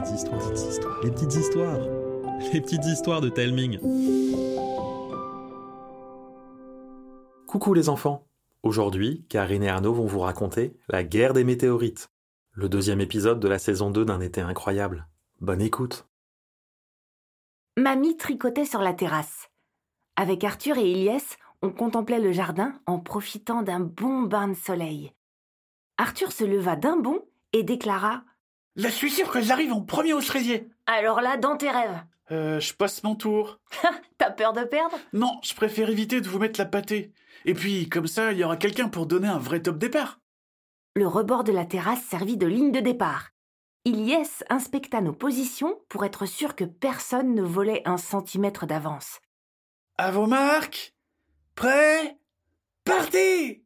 Les petites histoires de Telming. Coucou les enfants. Aujourd'hui, Karine et Arnaud vont vous raconter La guerre des météorites, le 2e épisode de la saison 2 d'un été incroyable. Bonne écoute. Mamie tricotait sur la terrasse. Avec Arthur et Ilyes, on contemplait le jardin en profitant d'un bon bain de soleil. Arthur se leva d'un bond et déclara « Je suis sûr que j'arrive en premier au cerisier. »« Alors là, dans tes rêves. » Je passe mon tour. »« T'as peur de perdre ?»« Non, je préfère éviter de vous mettre la pâtée. Et puis, comme ça, il y aura quelqu'un pour donner un vrai top départ. » Le rebord de la terrasse servit de ligne de départ. Ilyes inspecta nos positions pour être sûr que personne ne volait 1 centimètre d'avance. « À vos marques. Prêts. Partez !»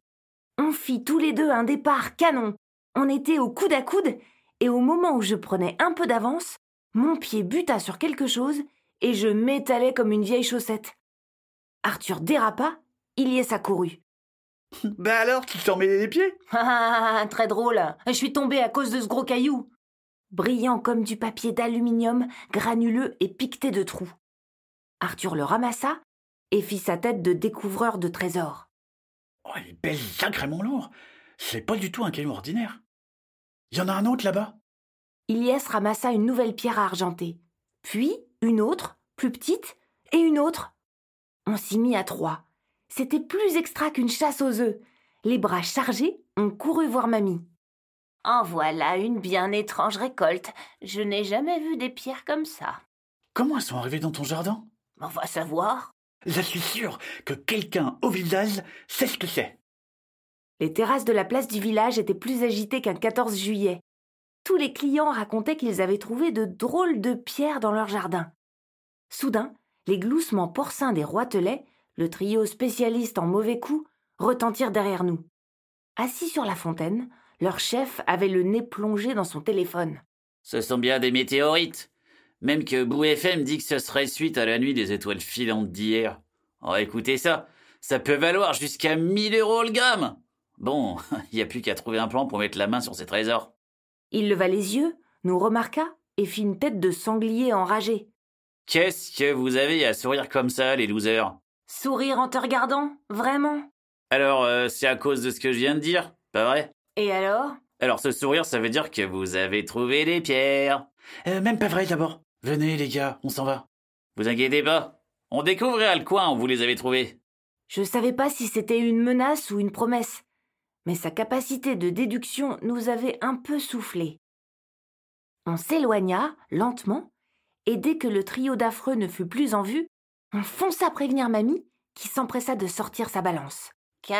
On fit tous les deux un départ canon. On était au coude à coude et au moment où je prenais un peu d'avance, mon pied buta sur quelque chose et je m'étalais comme une vieille chaussette. Arthur dérapa, Ilyes accourut. « Bah alors, tu t'en mêlais les pieds ?»« Très drôle, je suis tombée à cause de ce gros caillou. » Brillant comme du papier d'aluminium, granuleux et piqueté de trous. Arthur le ramassa et fit sa tête de découvreur de trésors. « Oh, il pèse sacrément lourd. C'est pas du tout un caillou ordinaire. Il y en a un autre là-bas. » Ilyes ramassa une nouvelle pierre argentée, puis une autre, plus petite, et une autre. On s'y mit à 3. C'était plus extra qu'une chasse aux œufs. Les bras chargés, on courut voir mamie. « En voilà une bien étrange récolte. Je n'ai jamais vu des pierres comme ça. »« Comment elles sont arrivées dans ton jardin ?»« On va savoir. » Je suis sûr que quelqu'un au village sait ce que c'est. » Les terrasses de la place du village étaient plus agitées qu'un 14 juillet. Tous les clients racontaient qu'ils avaient trouvé de drôles de pierres dans leur jardin. Soudain, les gloussements porcins des roitelets, le trio spécialiste en mauvais coups, retentirent derrière nous. Assis sur la fontaine, leur chef avait le nez plongé dans son téléphone. « Ce sont bien des météorites. Même que Bou FM dit que ce serait suite à la nuit des étoiles filantes d'hier. Oh, écoutez ça, ça peut valoir jusqu'à 1 000 € le gramme. Bon, il n'y a plus qu'à trouver un plan pour mettre la main sur ces trésors. » Il leva les yeux, nous remarqua et fit une tête de sanglier enragé. « Qu'est-ce que vous avez à sourire comme ça, les losers ?»« Sourire en te regardant, vraiment ?»« Alors, c'est à cause de ce que je viens de dire, pas vrai ?»« Et alors ?»« Alors, ce sourire, ça veut dire que vous avez trouvé les pierres. » Même pas vrai d'abord. Venez les gars, on s'en va. » »« Vous inquiétez pas, on découvrira le coin où vous les avez trouvés. » Je savais pas si c'était une menace ou une promesse, mais sa capacité de déduction nous avait un peu soufflé. On s'éloigna, lentement, et dès que le trio d'affreux ne fut plus en vue, on fonça prévenir mamie, qui s'empressa de sortir sa balance.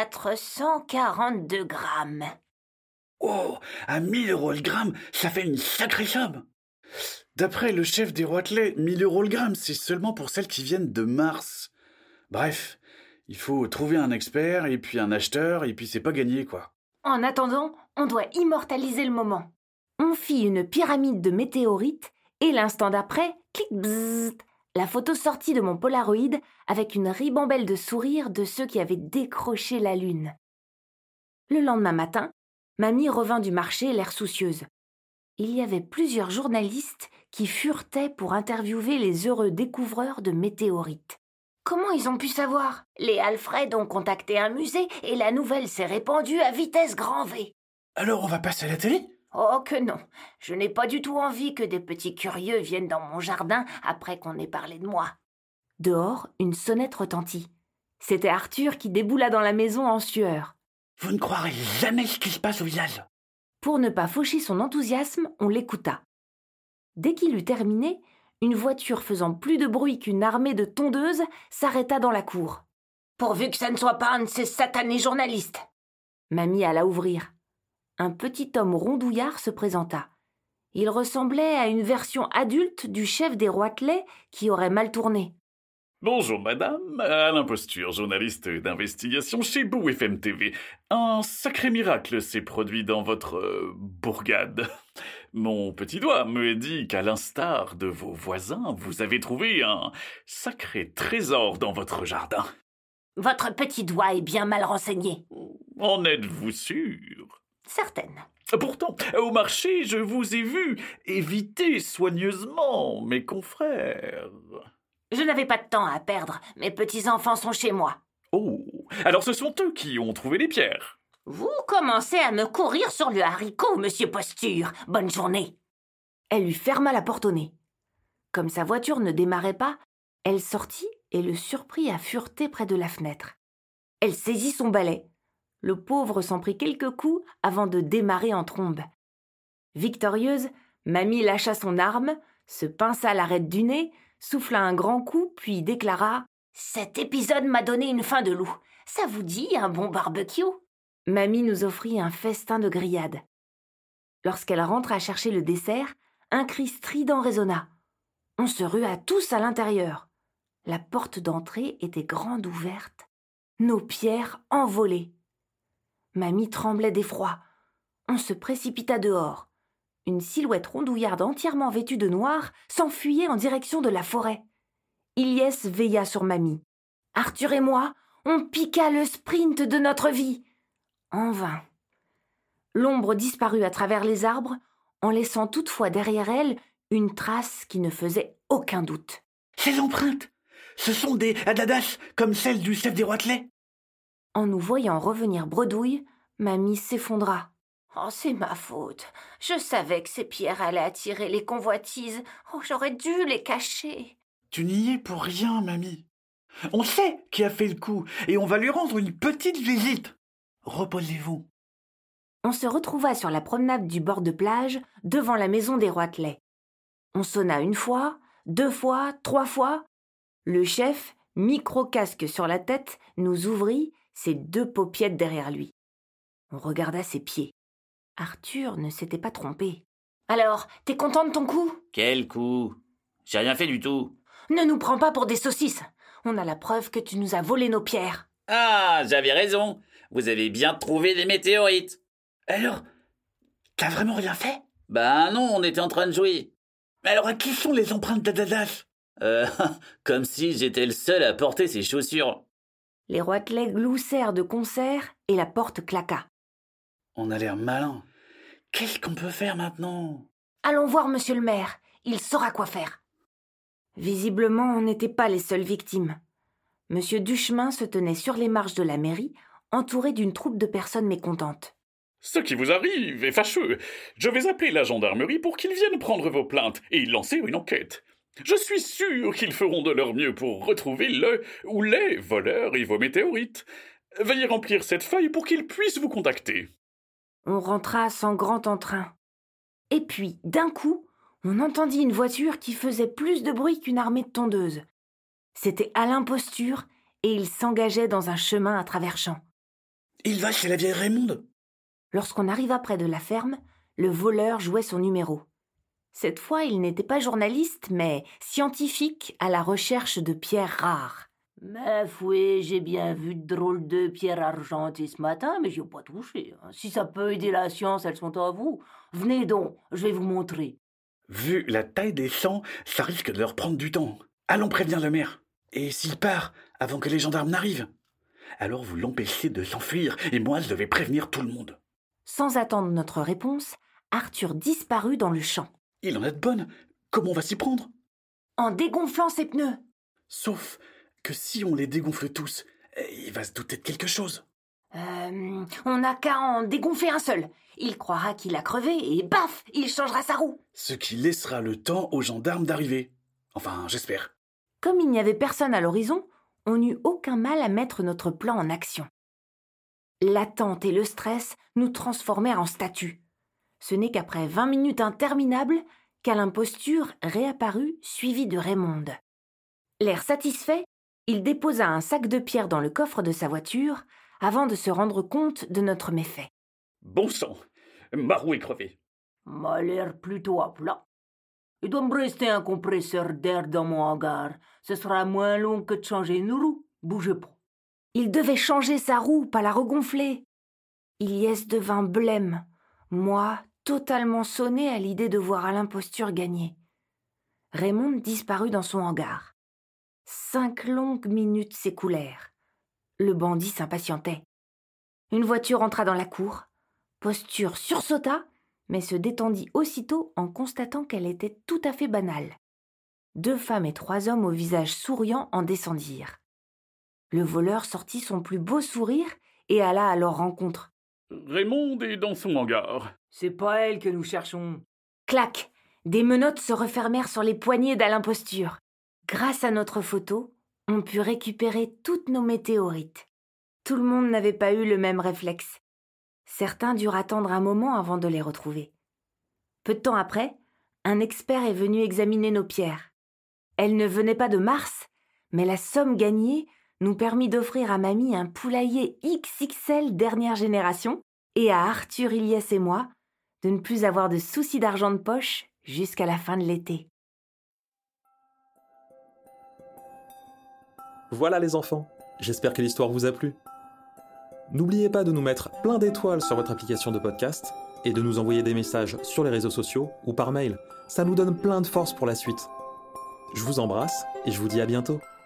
442 grammes. Oh, à 1 000 € le gramme, ça fait une sacrée somme. D'après le chef des roitelets, 1 000 € le gramme, c'est seulement pour celles qui viennent de Mars. Bref, il faut trouver un expert, et puis un acheteur, et puis c'est pas gagné, quoi. En attendant, on doit immortaliser le moment. On fit une pyramide de météorites, et l'instant d'après, clic bzzzt, la photo sortit de mon Polaroid avec une ribambelle de sourires de ceux qui avaient décroché la lune. Le lendemain matin, mamie revint du marché, l'air soucieuse. Il y avait plusieurs journalistes qui furetaient pour interviewer les heureux découvreurs de météorites. Comment ils ont pu savoir ? Les Alfred ont contacté un musée et la nouvelle s'est répandue à vitesse grand V. Alors on va passer à la télé ? Oh que non, je n'ai pas du tout envie que des petits curieux viennent dans mon jardin après qu'on ait parlé de moi. Dehors, une sonnette retentit. C'était Arthur qui déboula dans la maison en sueur. Vous ne croirez jamais ce qui se passe au village. Pour ne pas faucher son enthousiasme, on l'écouta. Dès qu'il eut terminé, une voiture faisant plus de bruit qu'une armée de tondeuses s'arrêta dans la cour. « Pourvu que ça ne soit pas un de ces satanés journalistes !» Mamie alla ouvrir. Un petit homme rondouillard se présenta. Il ressemblait à une version adulte du chef des roitelets qui aurait mal tourné. « Bonjour madame, Alain Posture, journaliste d'investigation chez Bou FM TV. Un sacré miracle s'est produit dans votre bourgade. Mon petit doigt me dit qu'à l'instar de vos voisins, vous avez trouvé un sacré trésor dans votre jardin. » « Votre petit doigt est bien mal renseigné. »« En êtes-vous sûr ? certaine. Pourtant, au marché, je vous ai vu éviter soigneusement mes confrères. Je n'avais pas de temps à perdre. Mes petits-enfants sont chez moi. Oh, alors ce sont eux qui ont trouvé les pierres. Vous commencez à me courir sur le haricot, monsieur Posture. Bonne journée. Elle lui ferma la porte au nez. Comme sa voiture ne démarrait pas, elle sortit et le surprit à fureter près de la fenêtre. Elle saisit son balai. Le pauvre s'en prit quelques coups avant de démarrer en trombe. Victorieuse, Mamie lâcha son arme, se pinça l'arête du nez, souffla un grand coup, puis déclara « Cet épisode m'a donné une faim de loup. Ça vous dit un bon barbecue ?» Mamie nous offrit un festin de grillades. Lorsqu'elle rentra chercher le dessert, un cri strident résonna. On se rua tous à l'intérieur. La porte d'entrée était grande ouverte. Nos pierres envolées. Mamie tremblait d'effroi. On se précipita dehors. Une silhouette rondouillarde entièrement vêtue de noir s'enfuyait en direction de la forêt. Ilyes veilla sur Mamie. Arthur et moi, on piqua le sprint de notre vie. En vain. L'ombre disparut à travers les arbres, en laissant toutefois derrière elle une trace qui ne faisait aucun doute. Ces empreintes, ce sont des Adadas comme celles du chef des Roitelets. En nous voyant revenir bredouille, Mamie s'effondra. « Oh, c'est ma faute. Je savais que ces pierres allaient attirer les convoitises. Oh, j'aurais dû les cacher. » Tu n'y es pour rien, mamie. On sait qui a fait le coup et on va lui rendre une petite visite. Reposez-vous. On se retrouva sur la promenade du bord de plage, devant la maison des Roitelets. On sonna 1 fois, 2 fois, 3 fois. Le chef, micro-casque sur la tête, nous ouvrit, ses 2 paupiettes derrière lui. On regarda ses pieds. Arthur ne s'était pas trompé. « Alors, t'es content de ton coup ?»« Quel coup? J'ai rien fait du tout. » Ne nous prends pas pour des saucisses. On a la preuve que tu nous as volé nos pierres. »« Ah, j'avais raison. Vous avez bien trouvé des météorites. » Alors, t'as vraiment rien fait? Ben non, on était en train de jouer. Alors à qui sont les empreintes d'Adadas? Comme si j'étais le seul à porter ces chaussures. Les Roitelets gloussèrent de concert et la porte claqua. On a l'air malin. Qu'est-ce qu'on peut faire maintenant? Allons voir monsieur le maire, il saura quoi faire. Visiblement, on n'était pas les seules victimes. Monsieur Duchemin se tenait sur les marches de la mairie, entouré d'une troupe de personnes mécontentes. Ce qui vous arrive est fâcheux. Je vais appeler la gendarmerie pour qu'ils viennent prendre vos plaintes et lancer une enquête. Je suis sûr qu'ils feront de leur mieux pour retrouver le ou les voleurs et vos météorites. Veuillez remplir cette feuille pour qu'ils puissent vous contacter. On rentra sans grand entrain. Et puis, d'un coup, on entendit une voiture qui faisait plus de bruit qu'une armée de tondeuses. C'était Alain Posture et il s'engageait dans un chemin à travers champs. Il va chez la vieille Raymonde. Lorsqu'on arriva près de la ferme, le voleur jouait son numéro. Cette fois, il n'était pas journaliste, mais scientifique à la recherche de pierres rares. « Mais oui, j'ai bien vu de drôles de pierres argentées ce matin, mais j'y ai pas touché. Si ça peut aider la science, elles sont à vous. Venez donc, je vais vous montrer. » Vu la taille des champs, ça risque de leur prendre du temps. Allons prévenir le maire. Et s'il part avant que les gendarmes n'arrivent? Alors vous l'empêchez de s'enfuir, et moi je vais prévenir tout le monde. Sans attendre notre réponse, Arthur disparut dans le champ. Il en a de bonnes. Comment on va s'y prendre? En dégonflant ses pneus. Sauf que si on les dégonfle tous, il va se douter de quelque chose. On n'a qu'à en dégonfler un seul. Il croira qu'il a crevé et baf, il changera sa roue. Ce qui laissera le temps aux gendarmes d'arriver. Enfin, j'espère. Comme il n'y avait personne à l'horizon, on n'eut aucun mal à mettre notre plan en action. L'attente et le stress nous transformèrent en statues. Ce n'est qu'après 20 minutes interminables qu'Alain Posture réapparut suivi de Raymonde. L'air satisfait, il déposa un sac de pierres dans le coffre de sa voiture avant de se rendre compte de notre méfait. Bon sang, ma roue est crevée. M'a l'air plutôt à plat. Il doit me rester un compresseur d'air dans mon hangar. Ce sera moins long que de changer une roue. Bougez pas. Il devait changer sa roue, pas la regonfler. Ilyes devint blême, moi totalement sonné à l'idée de voir Alain Posture gagner. Raymonde disparut dans son hangar. 5 longues minutes s'écoulèrent. Le bandit s'impatientait. Une voiture entra dans la cour. Posture sursauta, mais se détendit aussitôt en constatant qu'elle était tout à fait banale. 2 femmes et 3 hommes au visage souriant en descendirent. Le voleur sortit son plus beau sourire et alla à leur rencontre. Raymond est dans son hangar. C'est pas elle que nous cherchons. Clac! Des menottes se refermèrent sur les poignets d'Alain Posture. Grâce à notre photo, on put récupérer toutes nos météorites. Tout le monde n'avait pas eu le même réflexe. Certains durent attendre un moment avant de les retrouver. Peu de temps après, un expert est venu examiner nos pierres. Elles ne venaient pas de Mars, mais la somme gagnée nous permit d'offrir à mamie un poulailler XXL dernière génération et à Arthur, Ilyes et moi de ne plus avoir de soucis d'argent de poche jusqu'à la fin de l'été. Voilà les enfants, j'espère que l'histoire vous a plu. N'oubliez pas de nous mettre plein d'étoiles sur votre application de podcast et de nous envoyer des messages sur les réseaux sociaux ou par mail. Ça nous donne plein de force pour la suite. Je vous embrasse et je vous dis à bientôt.